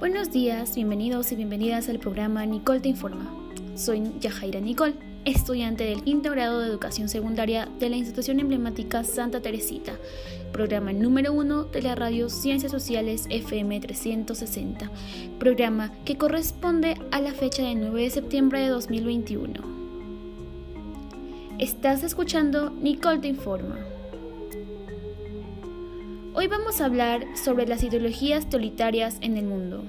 Buenos días, bienvenidos y bienvenidas al programa Nicole te informa. Soy Yajaira Nicole, estudiante del quinto grado de educación secundaria de la institución emblemática Santa Teresita, programa número 1 de la radio Ciencias Sociales FM 360, programa que corresponde a la fecha del 9 de septiembre de 2021. Estás escuchando Nicole te informa. Hoy vamos a hablar sobre las ideologías totalitarias en el mundo.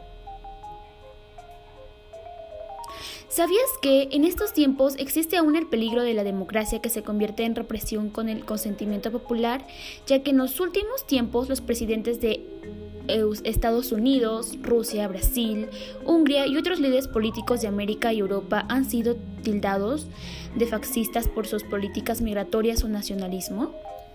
¿Sabías que en estos tiempos existe aún el peligro de la democracia que se convierte en represión con el consentimiento popular, ya que en los últimos tiempos los presidentes de Estados Unidos, Rusia, Brasil, Hungría y otros líderes políticos de América y Europa han sido tildados de fascistas por sus políticas migratorias o nacionalismo?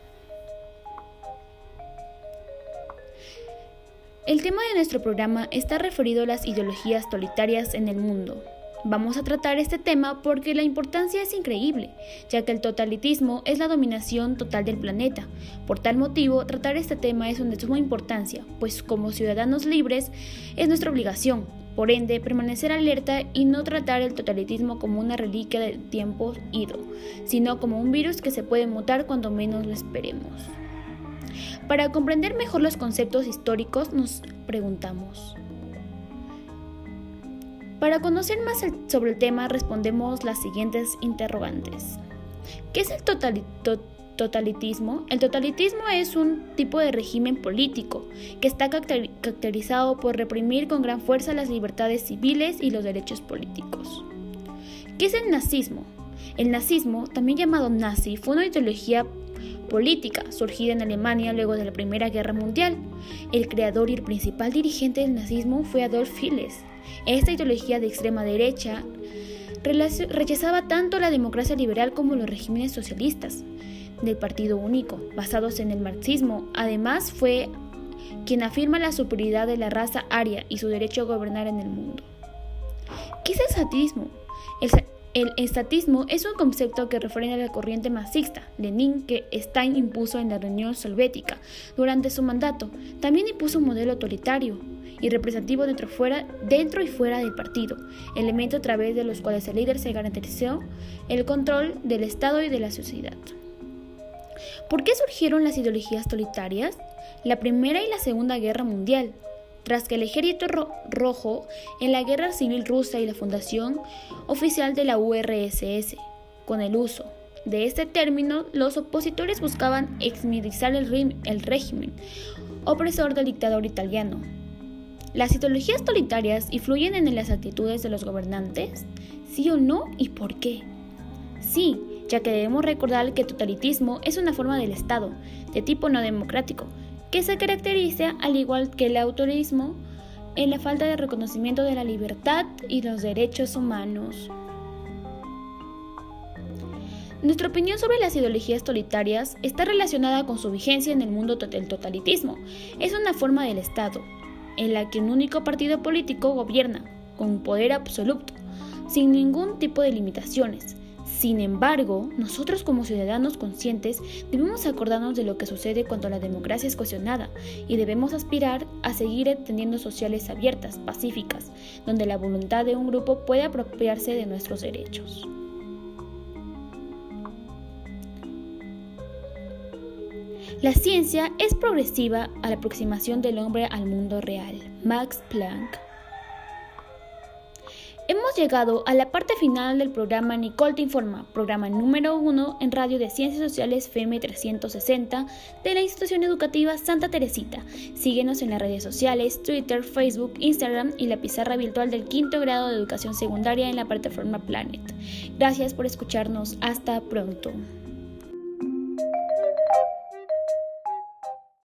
El tema de nuestro programa está referido a las ideologías totalitarias en el mundo. Vamos a tratar este tema porque la importancia es increíble, ya que el totalitarismo es la dominación total del planeta. Por tal motivo, tratar este tema es de suma importancia, pues como ciudadanos libres es nuestra obligación, por ende, permanecer alerta y no tratar el totalitarismo como una reliquia del tiempo ido, sino como un virus que se puede mutar cuando menos lo esperemos. Para comprender mejor los conceptos históricos nos preguntamos. Para conocer más sobre el tema respondemos las siguientes interrogantes. ¿Qué es el totalitarismo? El totalitarismo es un tipo de régimen político que está caracterizado por reprimir con gran fuerza las libertades civiles y los derechos políticos. ¿Qué es el nazismo? El nazismo, también llamado nazi, fue una ideología política surgida en Alemania luego de la Primera Guerra Mundial. El creador y el principal dirigente del nazismo fue Adolf Hitler. Esta ideología de extrema derecha rechazaba tanto la democracia liberal como los regímenes socialistas del Partido Único, basados en el marxismo. Además, fue quien afirma la superioridad de la raza aria y su derecho a gobernar en el mundo. ¿Qué es el estatismo? El estatismo es un concepto que refiere a la corriente marxista, Lenin, que Stalin impuso en la Unión Soviética durante su mandato. También impuso un modelo autoritario y representativo dentro y fuera del partido, elemento a través de los cuales el líder se garantizó el control del Estado y de la sociedad. ¿Por qué surgieron las ideologías totalitarias? La Primera y la Segunda Guerra Mundial. Tras que el Ejército Rojo en la Guerra Civil Rusa y la fundación oficial de la URSS. Con el uso de este término, los opositores buscaban exmilitarizar el régimen opresor del dictador italiano. ¿Las ideologías totalitarias influyen en las actitudes de los gobernantes? ¿Sí o no? ¿Y por qué? Sí, ya que debemos recordar que el totalitarismo es una forma del Estado, de tipo no democrático, que se caracteriza, al igual que el autoritarismo, en la falta de reconocimiento de la libertad y los derechos humanos. Nuestra opinión sobre las ideologías totalitarias está relacionada con su vigencia en el mundo del totalitarismo. Es una forma del Estado, en la que un único partido político gobierna, con poder absoluto, sin ningún tipo de limitaciones. Sin embargo, nosotros como ciudadanos conscientes debemos acordarnos de lo que sucede cuando la democracia es cuestionada y debemos aspirar a seguir teniendo sociedades abiertas, pacíficas, donde la voluntad de un grupo puede apropiarse de nuestros derechos. La ciencia es progresiva a la aproximación del hombre al mundo real. Max Planck. Hemos llegado a la parte final del programa Nicole te informa, programa número 1 en radio de Ciencias Sociales FM 360 de la institución educativa Santa Teresita. Síguenos en las redes sociales, Twitter, Facebook, Instagram y la pizarra virtual del quinto grado de educación secundaria en la plataforma Planet. Gracias por escucharnos. Hasta pronto.